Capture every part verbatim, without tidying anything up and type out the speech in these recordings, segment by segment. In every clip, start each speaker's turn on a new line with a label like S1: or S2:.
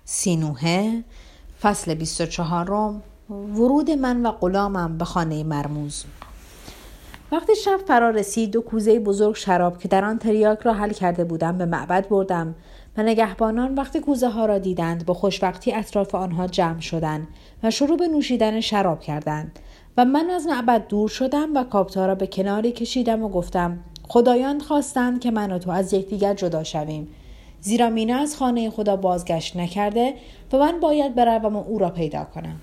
S1: سینوحه فصل بیست و چهارم. ورود من و غلامم به خانه مرموز. وقتی شب فرا رسید دو کوزه بزرگ شراب که در آن تریاک را حل کرده بودم به معبد بردم و نگهبانان وقتی کوزه ها را دیدند با خوشوقتی اطراف آنها جمع شدند و شروع به نوشیدن شراب کردند و من از معبد دور شدم و کاپتا را به کناری کشیدم و گفتم خدایان خواستند که من و تو از یکدیگر جدا شویم، زیرا مینا از خانه خدا بازگشت نکرده و من باید بروم و او را پیدا کنم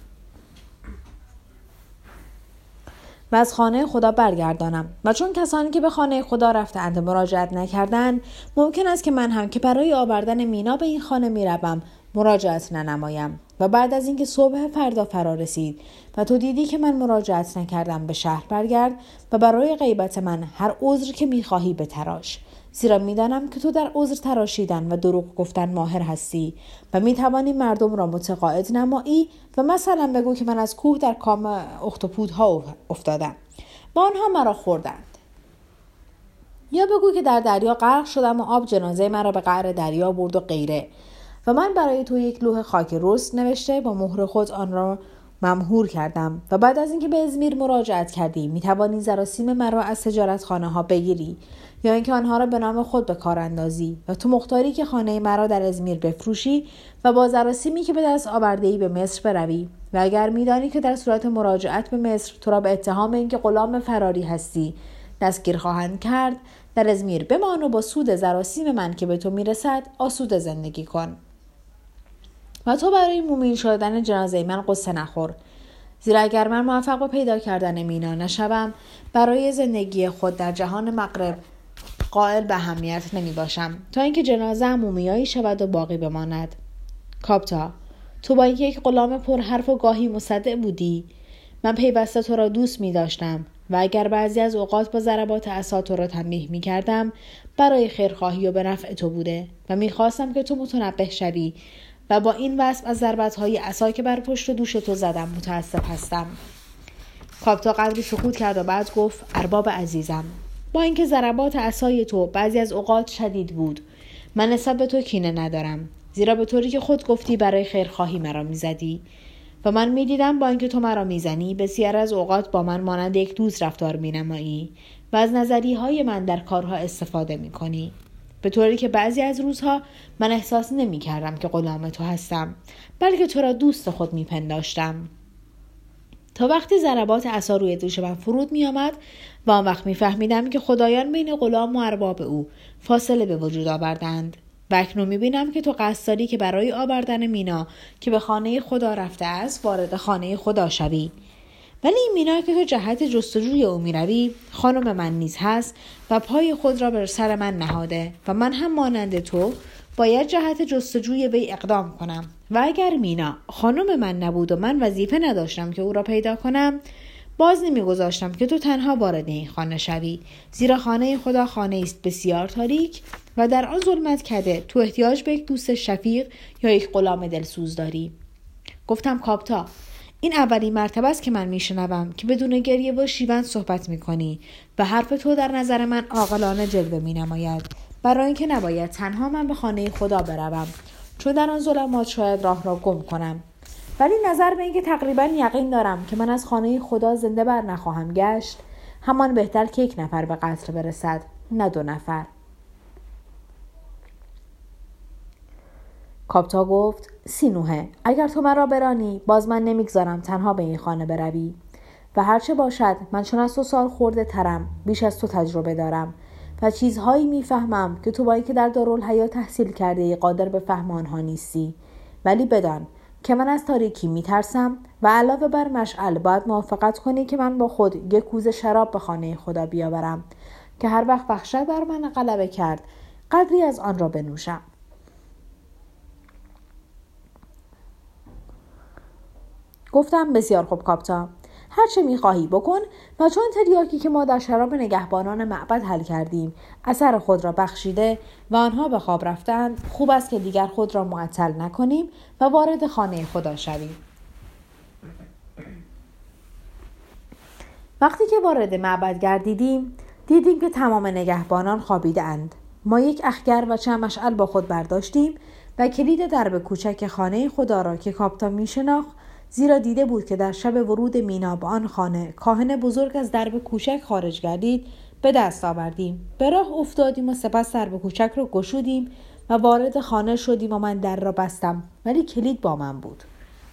S1: و از خانه خدا برگردانم. و چون کسانی که به خانه خدا رفتند مراجعت نکردند، ممکن است که من هم که برای آوردن مینا به این خانه میروم مراجعت ننمایم. و بعد از اینکه صبح فردا فرا رسید و تو دیدی که من مراجعت نکردم، به شهر برگرد و برای غیبت من هر عذر که میخواهی بتراش، زیرا میدانم که تو در عذر تراشیدن و دروغ گفتن ماهر هستی و میتوانی مردم را متقاعد نمایی و مثلا بگو که من از کوه در کام اخطبودها افتادم و آنها مرا خوردند، یا بگو که در دریا غرق شدم و آب جنازه مرا به قعر دریا برد و غیره. و من برای تو یک لوح خاک رست نوشته با مهر خود آن را ممهور کردم و بعد از اینکه به ازمیر مراجعت کردی میتوانی زراسیم مرا از تجارتخانه ها بگیری یا اینکه آنها را به نام خود به کار اندازی و تو مختاری که خانه مرا در ازمیر بفروشی و با زراسیمی که به دست آورده‌ای به مصر بروی. و اگر میدانی که در صورت مراجعت به مصر تو را به اتهام اینکه غلام فراری هستی دستگیر خواهند کرد، در ازمیر بمان و با سود زراسیم من که به تو میرسد آسوده زندگی کن. و تو برای مومین شدن جنازه من قصه نخور، زیرا اگر من موفق به پیدا کردن مینا نشوم، برای زندگی خود در جهان مغرب قائل به اهمیت نمی باشم تا اینکه جنازه مومیایی شود و باقی بماند. کاپتا، تو با اینکه یک غلام پر حرف و گاهی مصدق بودی، من پیوسته تو را دوست می داشتم و اگر بعضی از اوقات با ضربات عصا تو را تنبیه می کردم، برای خیرخواهی و به نفع تو بوده و می خواستم که تو متنبه شوی و با این وصف از ضربت‌های عصا که بر پشت و دوش تو زدم متاسف هستم. کاپتا قدری سکوت کرد و بعد گفت ارباب عزیزم، با اینکه ضربات عصای تو بعضی از اوقات شدید بود، من نسبت به تو کینه ندارم، زیرا به طوری که خود گفتی برای خیرخواهی مرا میزدی و من میدیدم با اینکه تو مرا میزنی بسیار از اوقات با من مانند یک دوست رفتار مینمایی و از نظریهای من در کارها استفاده میکنی، به طوری که بعضی از روزها من احساس نمی کردم که غلام تو هستم، بلکه تو را دوست خود می پنداشتم. تا وقتی ضربات عصا روی دوش من فرود می آمد و آن وقت می فهمیدم که خدایان بین غلام و ارباب او فاصله به وجود آوردند. و اکنون می بینم که تو قصد داری که برای آوردن مینا که به خانه خدا رفته است وارد خانه خدا شوی. ولی این مینا که تو جهت جستجوی او می روی خانم من نیز هست و پای خود را بر سر من نهاده و من هم مانند تو باید جهت جستجوی وی اقدام کنم. و اگر مینا خانم من نبود و من وظیفه نداشتم که او را پیدا کنم، باز نمی گذاشتم که تو تنها وارد این خانه شوی، زیرا خانه خدا خانه است بسیار تاریک و در آن ظلمت کده تو احتیاج به یک دوست شفیق یا یک غلام دلسوز داری. گفتم کاپتا، این اولین مرتبه است که من میشنوم که بدون گریه و شیون صحبت میکنی و حرف تو در نظر من عاقلانه جلوه مینماید، برای اینکه نباید تنها من به خانه خدا بروم، چون در آن ظلمات شاید راه را گم کنم. ولی نظر به اینکه تقریبا یقین دارم که من از خانه خدا زنده بر نخواهم گشت، همان بهتر که یک نفر به قتل برسد نه دو نفر. کاپتا گفت سینوحه، اگر تو مرا برانی باز من نمیگذارم تنها به این خانه بروی و هرچه باشد من چون از تو سال خورده ترم، بیش از تو تجربه دارم و چیزهایی میفهمم که تو با اینکه در دارالحیات تحصیل کرده قادر به فهم آنها نیستی. ولی بدان که من از تاریکی میترسم و علاوه بر مشعل باید موافقت کنی که من با خود یک کوزه شراب به خانه خدا بیاورم که هر وقت وحشت بر من غلبه کرد قدری از آن را بنوشم. گفتم بسیار خوب کاپتا، هر چه میخواهی بکن و چون تریاکی که ما در شراب نگهبانان معبد حل کردیم اثر خود را بخشیده و آنها به خواب رفتند، خوب است که دیگر خود را معطل نکنیم و وارد خانه خدا شویم. وقتی که وارد معبد گردیدیم دیدیم که تمام نگهبانان خوابیده اند. ما یک اخگر و چند مشعل با خود برداشتیم و کلید درب کوچک خانه خدا را که کاپیتان میشناخت، زیرا دیده بود که در شب ورود مینا به آن خانه کاهن بزرگ از درب کوچک خارج گردید، به دست آوردیم. به راه افتادیم و سپس درب کوچک را گشودیم و وارد خانه شدیم و من در را بستم، ولی کلید با من بود.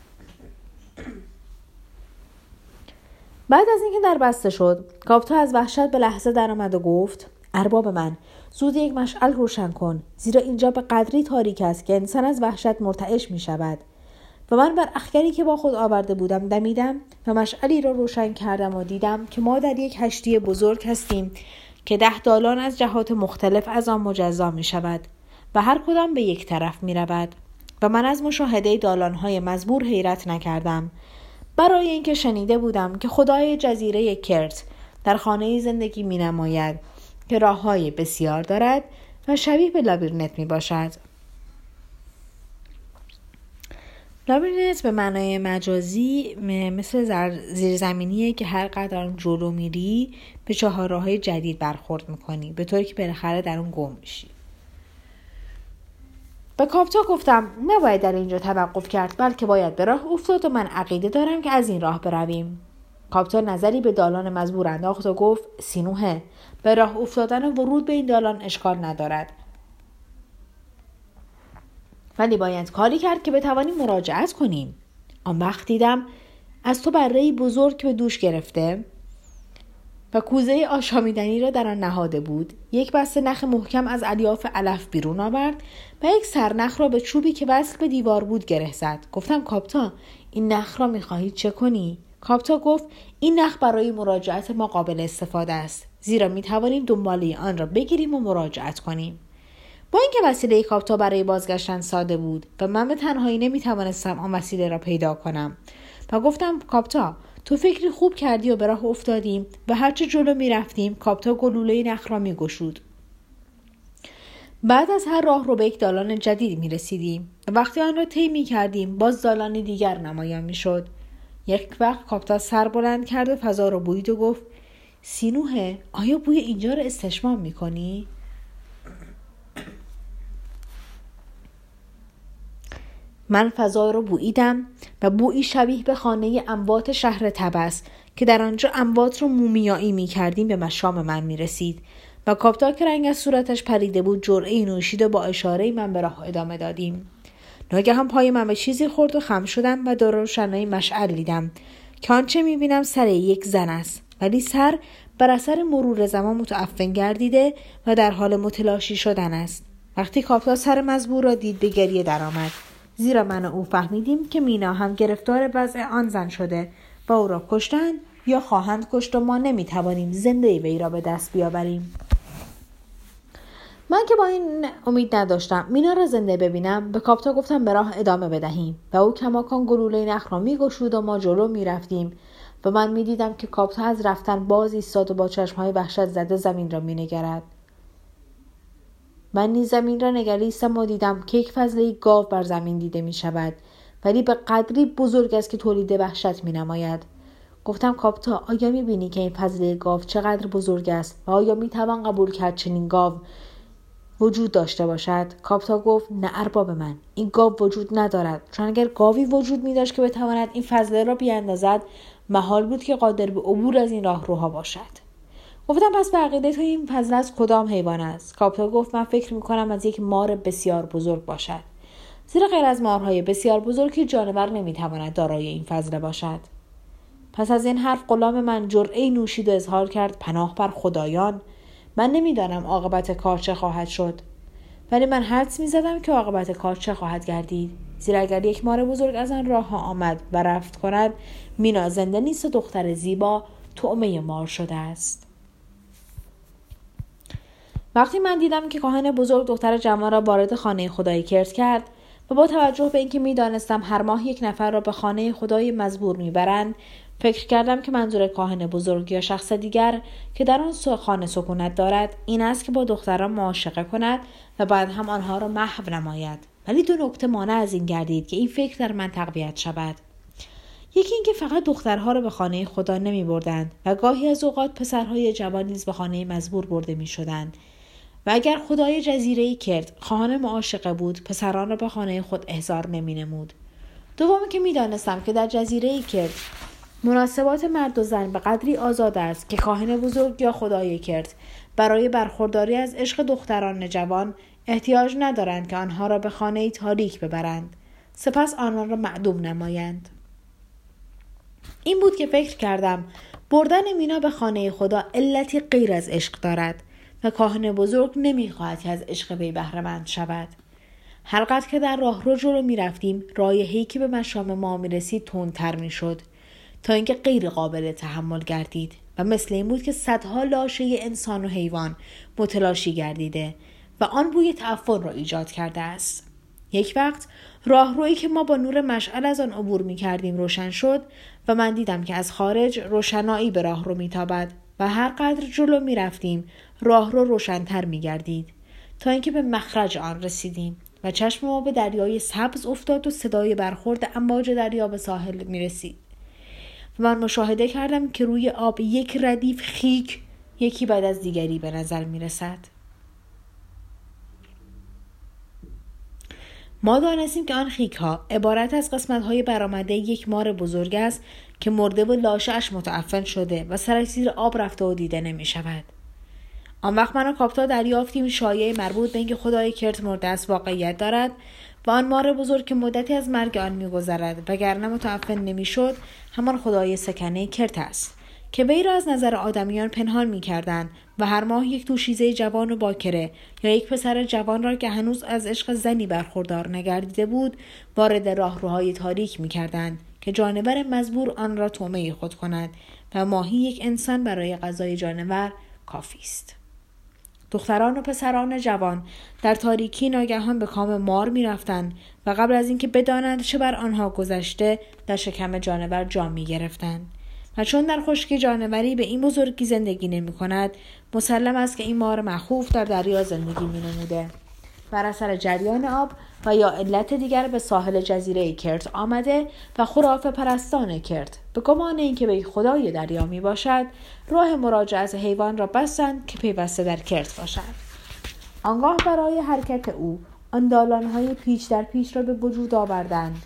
S1: بعد از اینکه در بسته شد، کاپیتان از وحشت به لحظه درآمد و گفت: ارباب من، زود یک مشعل روشن کن، زیرا اینجا به قدری تاریک است که انسان از وحشت مرتعش می شود. و من بر اخگری که با خود آورده بودم دمیدم و مشعلی را روشن کردم و دیدم که ما در یک کشتی بزرگ هستیم که ده دالان از جهات مختلف از آن مجزا می شود و هر کدام به یک طرف می رود. و من از مشاهده دالان‌های مزبور حیرت نکردم، برای اینکه شنیده بودم که خدای جزیره کرت در خانه زندگی می نماید که راه‌های بسیار دارد و شبیه به لابیرینت می باشد. لابیرینت به معنای مجازی مثل زیرزمینیه که هر قدر جلو میری به چهار راه‌های جدید برخورد میکنی، به طوری که بالاخره در اون گم میشی. به کاپیتان گفتم نباید در اینجا توقف کرد، بلکه باید به راه افتاد و من عقیده دارم که از این راه برویم. کاپیتان نظری به دالان مزبور انداخت و گفت: سینوحه، به راه افتادن و ورود به این دالان اشکال ندارد، ولی باید کاری کرد که بتوانیم مراجعت کنیم. آن وقت دیدم از تو بره‌ای بزرگ به دوش گرفته و کوزه آشامیدنی را در آن نهاده بود. یک بسته نخ محکم از الیاف علف بیرون آورد و یک سرنخ را به چوبی که وصل به دیوار بود گره زد. گفتم: کاپیتان، این نخ را می‌خواهید چه کنی؟ کاپیتان گفت: این نخ برای مراجعت ما قابل استفاده است، زیرا می‌توانیم دنباله آن را بگیریم و مراجعت کنیم. با اینکه وسیله کاپیتان برای بازگشتن ساده بود و من به تنهایی نمی‌توانستم آن وسیله را پیدا کنم، و گفتم: کاپیتان، تو فکری خوب کردی و به راه افتادیم و هرچه جلو می رفتیم کاپیتان گلوله نخ را می گشود. بعد از هر راه رو به یک دالان جدید می رسیدیم و وقتی آن را طی می کردیم باز دالان دیگر نمایان می شد. یک وقت کاپیتان سر بلند کرد و فضا را بویید و گفت: سینوحه، آیا بوی اینجا را استشمام می کنی؟ من فضا رو بوییدم و بویی شبیه به خانه اموات شهر طبس که در آنجا اموات رو مومیایی می کردیم به مشام من می رسید و کاپیتان که رنگ از صورتش پریده بود جرعه‌ای نوشید و با اشاره من به راه ادامه دادیم. ناگهان پای من به چیزی خورد و خم شدم و در روشنایی مشعل دیدم که آنچه می بینم سر یک زن است، ولی سر بر اثر مرور زمان متعفن گردیده و در حال متلاشی شدن است. وقتی کاپیتان سر مزبور را دید به گریه درآمد، زیرا من و او فهمیدیم که مینا هم گرفتار وضع آن زن شده و او را کشتن یا خواهند کشت و ما نمیتوانیم زنده وی را به دست بیاوریم. من که با این امید نداشتم مینا را زنده ببینم، به کاپیتان گفتم به راه ادامه بدهیم و او کماکان گلوله نخ را میگشود و ما جلو میرفتیم و من میدیدم که کاپیتان از رفتن باز ایستاد و با چشمهای وحشت زده زمین را مینگرد. من نیز زمین را نگریستم و دیدم که یک فضله گاو بر زمین دیده می شود، ولی به قدری بزرگ است که تولید وحشت می نماید. گفتم: کاپیتان، آیا می بینی که این فضله گاو چقدر بزرگ است و آیا می توان قبول کرد چنین گاو وجود داشته باشد؟ کاپیتان گفت: نه ارباب من، این گاو وجود ندارد، چون اگر گاوی وجود می داشت که بتواند این فضله را بیاندازد، محال بود که قادر به عبور از این راهروها باشد. گفتم: پس به عقیده تو این فضله از کدام حیوان است؟ کاپیتان گفت: من فکر میکنم از یک مار بسیار بزرگ باشد، زیرا غیر از مارهای بسیار بزرگی جانور نمیتواند دارای این فضله باشد. پس از این حرف غلام من جرعه‌ای نوشید و اظهار کرد: پناه بر خدایان، من نمیدانم عاقبت کار چه خواهد شد، ولی من حدس میزدم که عاقبت کار چه خواهد گردید، زیرا اگر یک مار بزرگ از آن راه ها آمد و رفت کند، مینا زنده نیست و دختر زیبا طعمه مار شده است. وقتی من دیدم که کاهن بزرگ دختر جوان را وارد خانه خدای کرت کرد و با توجه به اینکه میدانستم هر ماه یک نفر را به خانه خدای مزبور میبرند، فکر کردم که منظور کاهن بزرگ یا شخص دیگر که در آن خانه سکونت دارد این است که با دختران معاشقه کند و بعد هم آنها را محو نماید. ولی دو نکته مانع از این گردید که این فکر در من تقویت شود. یکی این که فقط دخترها را به خانه خدا نمی بردند و گاهی از اوقات پسرهای جوان نیز به خانه مزبور برده می شدند و اگر خدای جزیره کرد خواهان معاشقه بود، پسران را به خانه خود احضار نمی نمود. دومی که می دانستم که در جزیره کرد مناسبات مرد و زن به قدری آزاد است که کاهن بزرگ یا خدای کرد برای برخورداری از عشق دختران جوان احتیاج ندارند که آنها را به خانه تاریک ببرند، سپس آنها را معدوم نمایند. این بود که فکر کردم بردن مینا به خانه خدا علتی غیر از عشق دارد و کاهن بزرگ نمیخواهد که از عشق وی بهره مند شود. هر قدر که در راه رو جلو می رفتیم، رایحه‌ای که به مشام ما می رسید تندتر می شد تا اینکه غیر قابل تحمل گردید و مثل این بود که صدها لاشه انسان و حیوان متلاشی گردیده و آن بوی تعفن را ایجاد کرده است. یک وقت راهرویی که ما با نور مشعل از آن عبور می کردیم روشن شد و من دیدم که از خارج روشنایی به راهرو می تابد و هر قدر جلو می رفتیم راهرو روشن‌تر می گردید تا اینکه به مخرج آن رسیدیم و چشم ما به دریای سبز افتاد و صدای برخورد امواج دریا به ساحل می رسید. و من مشاهده کردم که روی آب یک ردیف خیک یکی بعد از دیگری به نظر می رسد. ما دانستیم که آن خیک ها عبارت از قسمت های برآمده یک مار بزرگ است که مرده و لاشه اش متعفن شده و سرش زیر آب رفته و دیده نمی شود. آن وقت من و کاپتا دریافتیم شایعه مربوط به اینکه خدای کرت مرده است واقعیت دارد و آن مار بزرگ که مدتی از مرگ آن می‌گذرد وگرنه متعفن نمی‌شد همان خدای سکنه کرت است که وی را از نظر آدمیان پنهان می‌کردند و هر ماه یک دوشیزه جوان و باکره یا یک پسر جوان را که هنوز از عشق زنی برخوردار نگردیده بود وارد راهروهای تاریک می‌کردند که جانور مزبور آن را طعمه خود کند و ماهی یک انسان برای غذای جانور کافی است. دختران و پسران جوان در تاریکی ناگهان به کام مار می رفتند و قبل از اینکه بدانند چه بر آنها گذشته در شکم جانور جا می گرفتند و چون در خشکی جانوری به این بزرگی زندگی نمی کند مسلم است که این مار مخوف در دریا زندگی می نموده. بر اثر جریان آب و یا علت دیگر به ساحل جزیره کرت آمده و خرافه پرستان کرت به گمان اینکه به خدای دریا می باشد راه مراجعت حیوان را بستند که پیوسته در کرت باشد. آنگاه برای حرکت او آن دالان‌های پیچ در پیچ را به وجود آوردند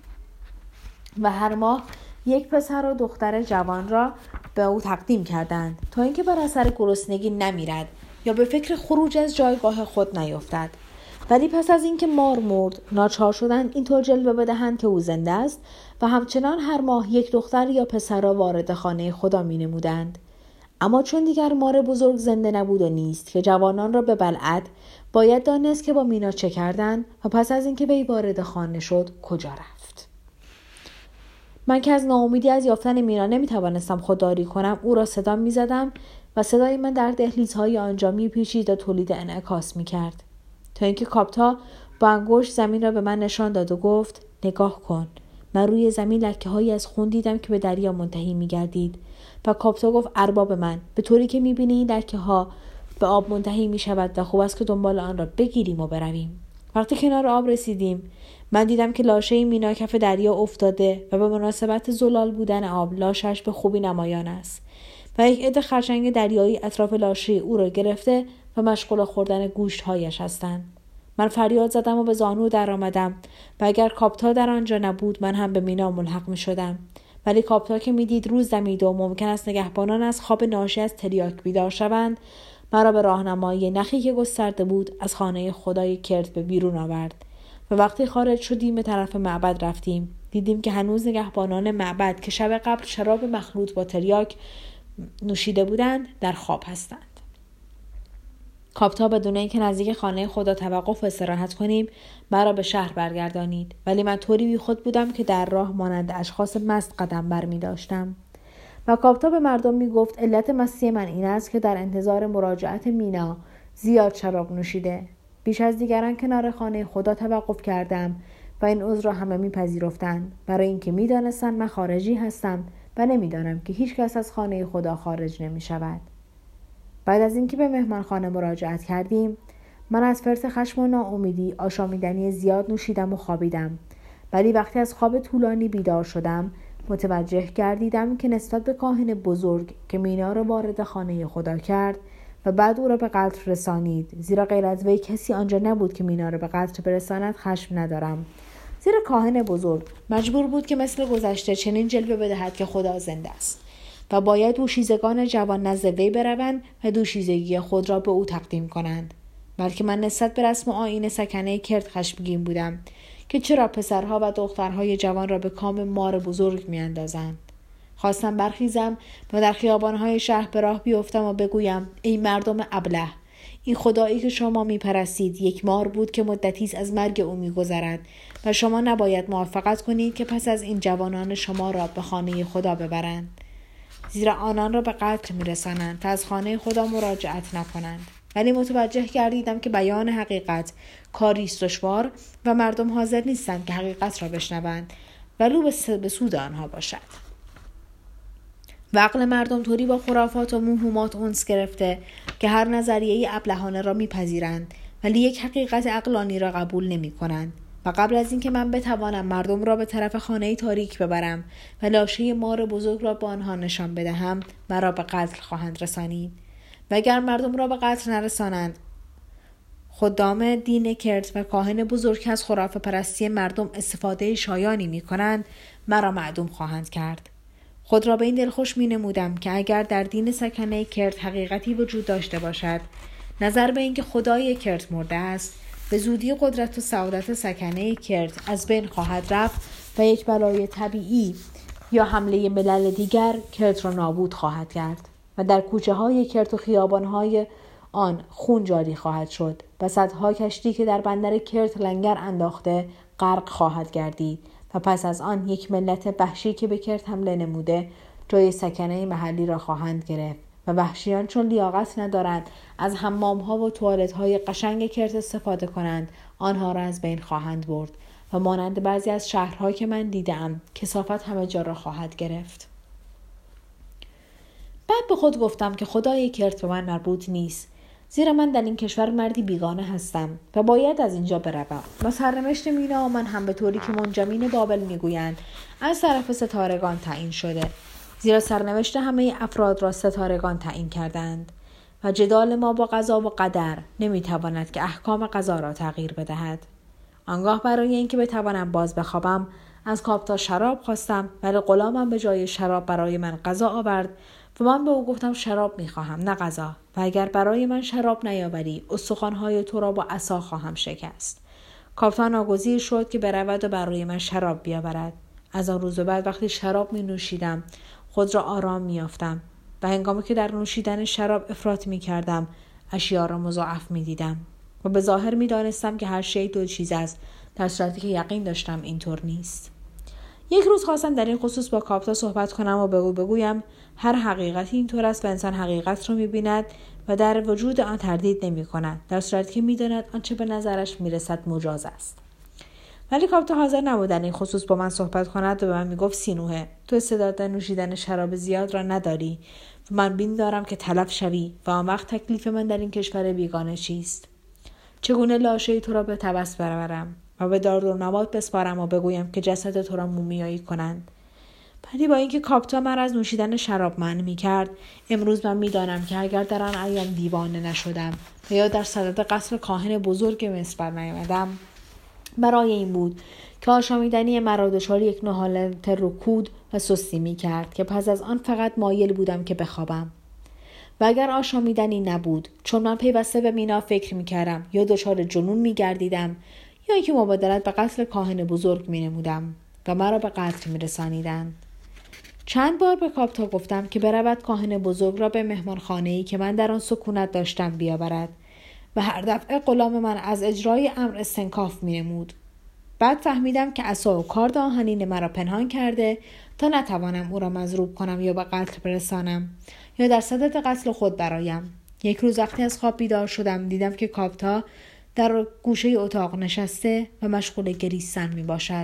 S1: و هر ماه یک پسر و دختر جوان را به او تقدیم کردند تا اینکه بر اثر گرسنگی نمیرد یا به فکر خروج از جایگاه خود نیفتد. ولی پس از اینکه مار مرد ناچار شدند اینطور جلوه بدهند که او زنده است و همچنان هر ماه یک دختر یا پسر را وارد خانه خدا می نمودند. اما چون دیگر مار بزرگ زنده نبود و نیست که جوانان را ببلعد باید دانست که با مینا چه کردند و پس از اینکه وی وارد خانه شد کجا رفت. من که از ناامیدی از یافتن مینا نمی توانستم خودداری کنم او را صدا می زدم و صدای من در دهلیزهای آنجا می پیچید و تولید انعکاس می کرد تا اینکه کاپتا با انگشت زمین را به من نشان داد و گفت نگاه کن. من روی زمین لکه هایی از خون دیدم که به دریا منتهی می گردید و کاپتا گفت ارباب من به طوری که می بینی این لکه ها به آب منتهی می شود و خوب است که دنبال آن را بگیریم و برویم. وقتی کنار آب رسیدیم من دیدم که لاشه مینا کف دریا افتاده و به مناسبت زلال بودن آب لاشش به خوبی نمایان است و یک عده خرچنگ دریایی اطراف لاشه او را گرفته و مشغول خوردن گوشت‌هایش هستند. من فریاد زدم و به زانو در آمدم و اگر کاپتا در آنجا نبود من هم به مینا ملحق می شدم. ولی کاپتا که می دید روز دمید و ممکن است نگهبانان از خواب ناشی از تریاک بیدار شوند مرا به راهنمایی نخی که گسترده بود از خانه خدای کرت به بیرون آورد و وقتی خارج شدیم به طرف معبد رفتیم دیدیم که هنوز نگهبانان معبد که شب قبل شراب مخلوط با تریاک نوشیده بودند در خواب هستند. کاپتا بدون اینکه نزدیک خانه خدا توقف و استراحت کنیم مرا به شهر برگردانید ولی من طوری بی خود بودم که در راه مانند اشخاص مست قدم برمی داشتم و کاپتا به مردم می گفت علت مستی من این است که در انتظار مراجعت مینا زیاد شراب نوشیده. بیش از دیگران کنار خانه خدا توقف کردم و این عذر را همه میپذیرفتند برای اینکه میدانستند من خارجی هستم و نمیدانم که هیچ کس از خانه خدا خارج نمی شود. بعد از اینکه به مهمانخانه مراجعت کردیم من از فرط خشم و ناامیدی آشامیدنی زیاد نوشیدم و خوابیدم ولی وقتی از خواب طولانی بیدار شدم متوجه گردیدم که نسبت به کاهن بزرگ که مینا را وارد خانه خدا کرد و بعد او را به قتل رسانید، زیرا غیر از وی کسی آنجا نبود که مینا را به قتل برساند. خشم ندارم، زیرا کاهن بزرگ مجبور بود که مثل گذشته چنین جلوه بدهد که خدا زنده است و باید دوشیزگان جوان نزد وی بروند و دوشیزگی خود را به او تقدیم کنند. بلکه من نسبت به رسم و آیین سکنه کرد خشمگین بودم که چرا پسرها و دخترهای جوان را به کام مار بزرگ میاندازند. خواستم برخیزم و در خیابانهای شهر به راه بیفتم و بگویم ای مردم ابله، این خدایی که شما میپرستید یک مار بود که مدتی است از مرگ او میگذرد و شما نباید موافقت کنید که پس از این جوانان شما را به خانه خدا ببرند، زیرا آنان را به قتل میرسانند تا از خانه خدا مراجعت نکنند. ولی متوجه گردیدم که بیان حقیقت کاری است دشوار و مردم حاضر نیستند که حقیقت را بشنوند ولو به سود آنها باشد. و عقل مردم طوری با خرافات و موهومات انس گرفته که هر نظریه ابلهانه را میپذیرند ولی یک حقیقت عقلانی را قبول نمی کنند. و قبل از اینکه من بتوانم مردم را به طرف خانه تاریک ببرم و لاشه مار بزرگ را به آنها نشان بدهم، مرا به قتل خواهند رسانید. و اگر مردم را به قتل نرسانند، خدام دین کرد و کاهن بزرگ از خرافه پرستی مردم استفاده شایانی می کنند، مرا معدوم خواهند کرد. خود را به این دلخوش می نمودم که اگر در دین سکنه کرد حقیقتی وجود داشته باشد، نظر به اینکه خدای کرد مرده است، به زودی قدرت و سعادت سکنه کرد از بین خواهد رفت و یک بلای طبیعی یا حمله ملل دیگر کرد را نابود خواهد کرد و در کوچه های کرد و خیابان های آن خون جاری خواهد شد و صدها کشتی که در بندر کرد لنگر انداخته غرق خواهد گردید و پس از آن یک ملت وحشی که به کرد حمله نموده جای سکنه محلی را خواهند گرفت و وحشیان چون لیاقت ندارند از حمام ها و توالت های قشنگ کرد استفاده کنند، آنها را از بین خواهند برد و مانند بعضی از شهرها که من دیدم کثافت همه جا را خواهد گرفت. بعد به خود گفتم که خدای کرد به من مربوط نیست، زیرا من در این کشور مردی بیگانه هستم و باید از اینجا بروم. و سرنوشت مینا و من هم به طوری که منجمین بابل میگویند از طرف ستارگان تعیین شده، زیرا سرنوشت همه افراد را ستارگان تعیین کردند و جدال ما با قضا و قدر نمیتواند که احکام قضا را تغییر بدهد. آنگاه برای اینکه بتوانم باز بخوابم از کاپتا شراب خواستم، ولی غلامم به جای شراب برای من غذا آورد و من به او گفتم شراب میخواهم نه غذا، و اگر برای من شراب نیاوری استخوان‌های تو را با عصا خواهم شکست. کاپتا ناگزیر شد که برود و برای من شراب بیاورد. از آن روز و بعد وقتی شراب می نوشیدم خود را آرام می یافتم و هنگامی که در نوشیدن شراب افراط می کردم اشیا را مضاعف می دیدم و به ظاهر می دانستم که هر شی دو چیز است، در صورتی که یقین داشتم اینطور نیست. یک روز خواستم در این خصوص با کاپتا صحبت کنم و بگو بگویم هر حقیقتی اینطور است و انسان حقیقت را می بیند و در وجود آن تردید نمی کند، در صورتی که می داند آنچه به نظرش می رسد مجاز است. ولی کاپتا حاضر نبود در این خصوص با من صحبت کند و به من می گفت سینوهه، تو استعداد نوشیدن شراب زیاد را نداری و من بین دارم که تلف شوی و آن وقت تکلیف من در این کشور بیگانه چیست؟ چگونه لاشه تو را به تبس برورم و به دارد و نبات بسپارم و بگویم که جسد تو را مومیایی کنند؟ ولی با اینکه کاپتا من از نوشیدن شراب منع می‌کرد، امروز من می‌دانم که اگر در آن ایام دیوانه نشدم و یا در صدد قصر کاهن بزرگ مصر برنیامدم، برای این بود که آشامیدنی مرا دچار یک نوع حالت رکود و سستی می‌کرد که پس از آن فقط مایل بودم که بخوابم. و اگر آشامیدنی نبود، چون من پیوسته به مینا فکر می‌کردم، یا دچار جنون می‌گردیدم یا اینکه مبادلت به قتل کاهن بزرگ می‌نمودم و مرا به قتل می‌رسانیدند. چند بار به کاپتا گفتم که برود کاهن بزرگ را به مهمانخانه‌ای که من در آن سکونت داشتم بیاورد و هر دفعه غلام من از اجرای امر استنکاف می‌نمود. بعد فهمیدم که عصا و کارد آهنین مرا پنهان کرده تا نتوانم او را مضروب کنم یا به قتل برسانم یا در صدد قتل خود برایم. یک روز وقتی از خواب بیدار شدم دیدم که کاپتا در گوشه اتاق نشسته و مشغول گریستن می باشد.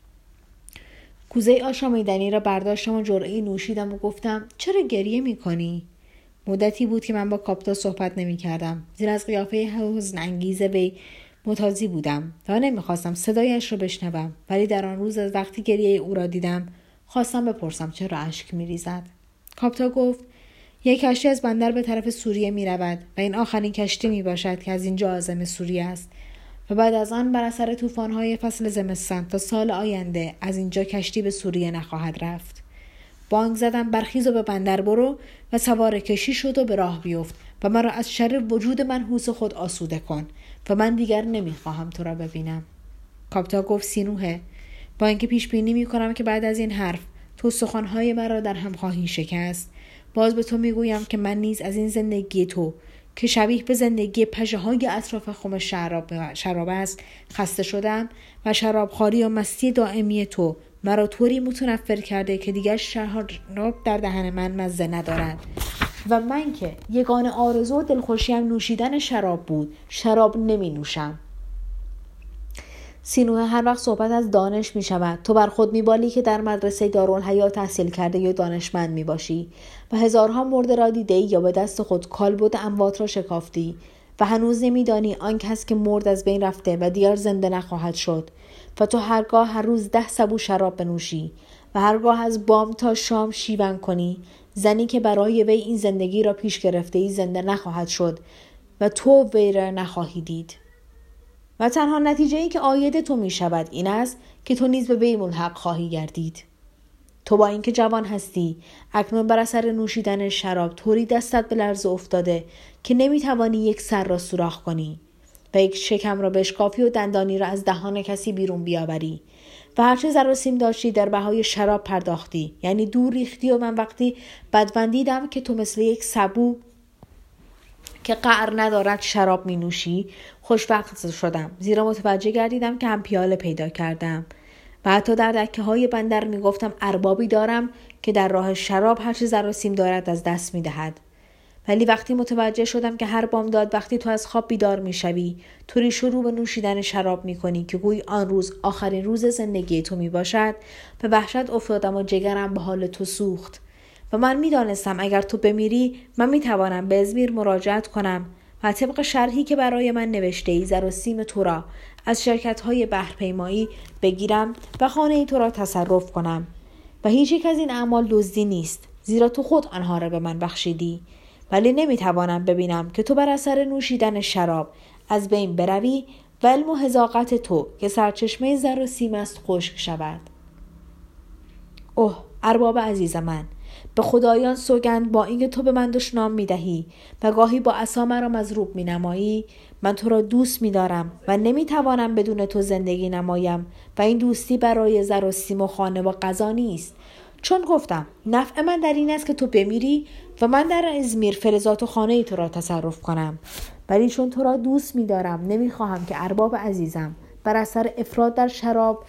S1: کوزه آشامیدنی را برداشتم و جرعه‌ای نوشیدم و گفتم چرا گریه می کنی؟ مدتی بود که من با کاپتا صحبت نمی کردم، زیرا از قیافه حزن انگیز وی متازی بودم و نمیخواستم صدایش را بشنوم. ولی در آن روز از وقتی گریه او را دیدم خواستم بپرسم چرا اشک میریزد. کاپتا گفت یک کشتی از بندر به طرف سوریه می رود و این آخرین کشتی می باشد که از اینجا عازم سوریه است و بعد از آن بر اثر طوفان‌های فصل زمستان تا سال آینده از اینجا کشتی به سوریه نخواهد رفت. بانگ زدم برخیز و به بندر برو و سوار کشتی شد و به راه بیفت و مرا از شر وجود منحوس خود آسوده کن و من دیگر نمیخواهم تو را ببینم. کاپتا گفت سینوحه، با اینکه پیش بینی میکنم که بعد از این حرف تو سخنهای مرا در هم خواهی شکست، باز به تو میگویم که من نیز از این زندگی تو که شبیه به زندگی پژه‌های اطراف خم شراب شراب است خسته شدم و شرابخواری و مستی دائمی تو مرا طوری متنفر کرده که دیگر شراب در دهن من مزه ندارد و من که یگانه آرزو و دلخوشیم نوشیدن شراب بود شراب نمی نوشم. سینوحه هر وقت صحبت از دانش می شود تو بر خود می بالی که در مدرسه دارالحیات تحصیل کرده یا دانشمند می باشی و هزارها مرده را دیده ای یا به دست خود کالبد اموات را شکافتی و هنوز نمی دانی آن کس که مرد از بین رفته و دیگر زنده نخواهد شد و تو هرگاه هر روز ده سبو شراب بنوشی و هرگاه از بام تا شام شیون کنی، زنی که برای وی این زندگی را پیش گرفته ای زنده نخواهد شد و تو وی را نخواهی دید. و تنها نتیجه ای که عاید تو می شود این است که تو نیز به وی ملحق خواهی گردید. تو با اینکه جوان هستی اکنون بر اثر نوشیدن شراب طوری دستت به لرزه افتاده که نمی توانی یک سر را سوراخ کنی و یک شکم را بشکافی و دندانی را از دهان کسی بیرون بیاوری و هرچه زر و سیم داشتی در بهای شراب پرداختی، یعنی دور ریختی و من وقتی بدبندیدم که تو مثل یک سبو که قعر ندارد شراب می نوشی خوشوقت شدم، زیرا متوجه گردیدم که هم پیاله پیدا کردم و حتی در دکه های بندر می گفتم اربابی دارم که در راه شراب هرچه زر و سیم دارد از دست می دهد. ولی وقتی متوجه شدم که هر بامداد وقتی تو از خواب بیدار می شوی طوری شروع به نوشیدن شراب می کنی که گویی آن روز آخرین روز زندگی تو می باشد، به وحشت افتادم و جگرم به حال تو سوخت و من می دانستم اگر تو بمیری من می توانم به ازمیر مراجعت کنم و طبق شرحی که برای من نوشته ای زر و سیم تو را از شرکت های بحرپیمایی بگیرم و خانه تو را تصرف کنم و هیچ یک از این اعمال دزدی نیست، زیرا تو خود آنها را به من بخشیدی. ولی نمیتوانم ببینم که تو بر اثر نوشیدن شراب از بین بروی و علم و حذاقت تو که سرچشمه زر و سیم است خشک شود. اوه ارباب عزیز من، به خدایان سوگند با اینکه تو به من دشنام میدهی و گاهی با عصا مرا مضروب مینمایی، من تو را دوست میدارم و نمیتوانم بدون تو زندگی نمایم و این دوستی برای زر و سیم و خانه و غذا نیست. چون گفتم نفع من در این است که تو بمیری و من در ازمیر فلزات و خانه تو را تصرف کنم، ولی چون تو را دوست می‌دارم نمی‌خواهم که ارباب عزیزم بر اثر افراط در شراب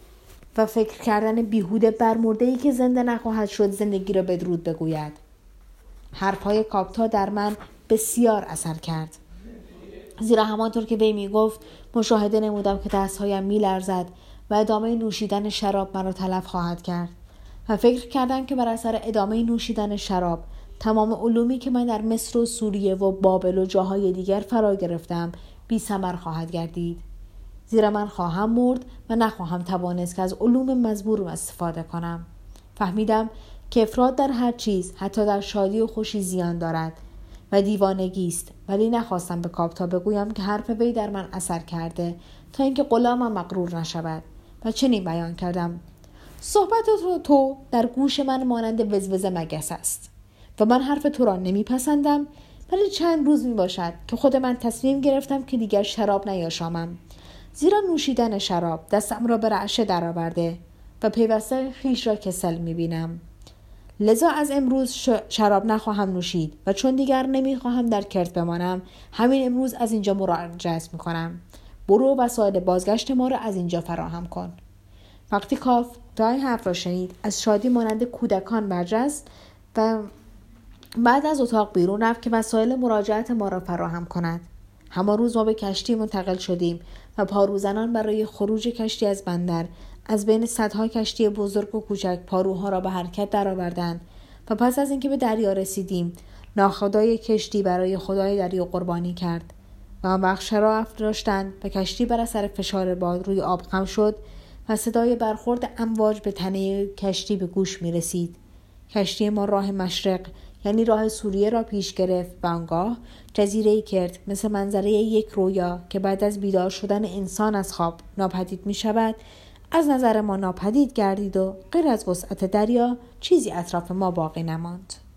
S1: و فکر کردن بیهوده بر مرده‌ای که زنده نخواهد شد زندگی را بدرود بگوید. حرف‌های کاپتا در من بسیار اثر کرد، زیرا همانطور که وی می‌گفت مشاهده نمودم که دست‌هایم می‌لرزد و ادامه نوشیدن شراب مرا تلف خواهد کرد و فکر کردم که بر اثر ادامه نوشیدن شراب تمام علومی که من در مصر و سوریه و بابل و جاهای دیگر فرا گرفتم بی ثمر خواهد گردید، زیرا من خواهم مرد و نخواهم توانست که از علوم مزبور استفاده کنم. فهمیدم که افراط در هر چیز حتی در شادی و خوشی زیان دارد و دیوانگی است، ولی نخواستم به کاپتا بگویم که حرف وی در من اثر کرده تا اینکه غلامم مغرور نشود و چنین بیان کردم: صحبت تو, تو در گوش من مانند وزوز مگس است و من حرف تو را نمیپسندم، ولی چند روز می باشد که خود من تصمیم گرفتم که دیگر شراب نیاشامم، زیرا نوشیدن شراب دستم را به رعشه درآورده و پیوسته خویش را کسل می بینم. لذا از امروز شراب نخواهم نوشید و چون دیگر نمیخواهم در کرت بمانم همین امروز از اینجا مراجعت می کنم. برو وسایل بازگشت ما را از اینجا فراهم کن. وقتی کاف تا این حرف را شنید از شادی مانند کودکان برجست و بعد از اتاق بیرون رفت که وسایل مراجعت ما را فراهم کند. همان روز ما به کشتی منتقل شدیم و پاروزنان برای خروج کشتی از بندر از بین صدها کشتی بزرگ و کوچک پاروها را به حرکت درآوردند و پس از اینکه به دریا رسیدیم ناخدای کشتی برای خدای دریا قربانی کرد و آن وقت شراب افراشتند و کشتی بر اثر فشار باد روی آب خم شد و صدای برخورد امواج به تنه کشتی به گوش می رسید. کشتی ما راه مشرق یعنی راه سوریه را پیش گرفت و آنگاه جزیره‌ای کرد مثل منظره یک رویا که بعد از بیدار شدن انسان از خواب ناپدید می شود، از نظر ما ناپدید گردید و غیر از وسعت دریا چیزی اطراف ما باقی نماند.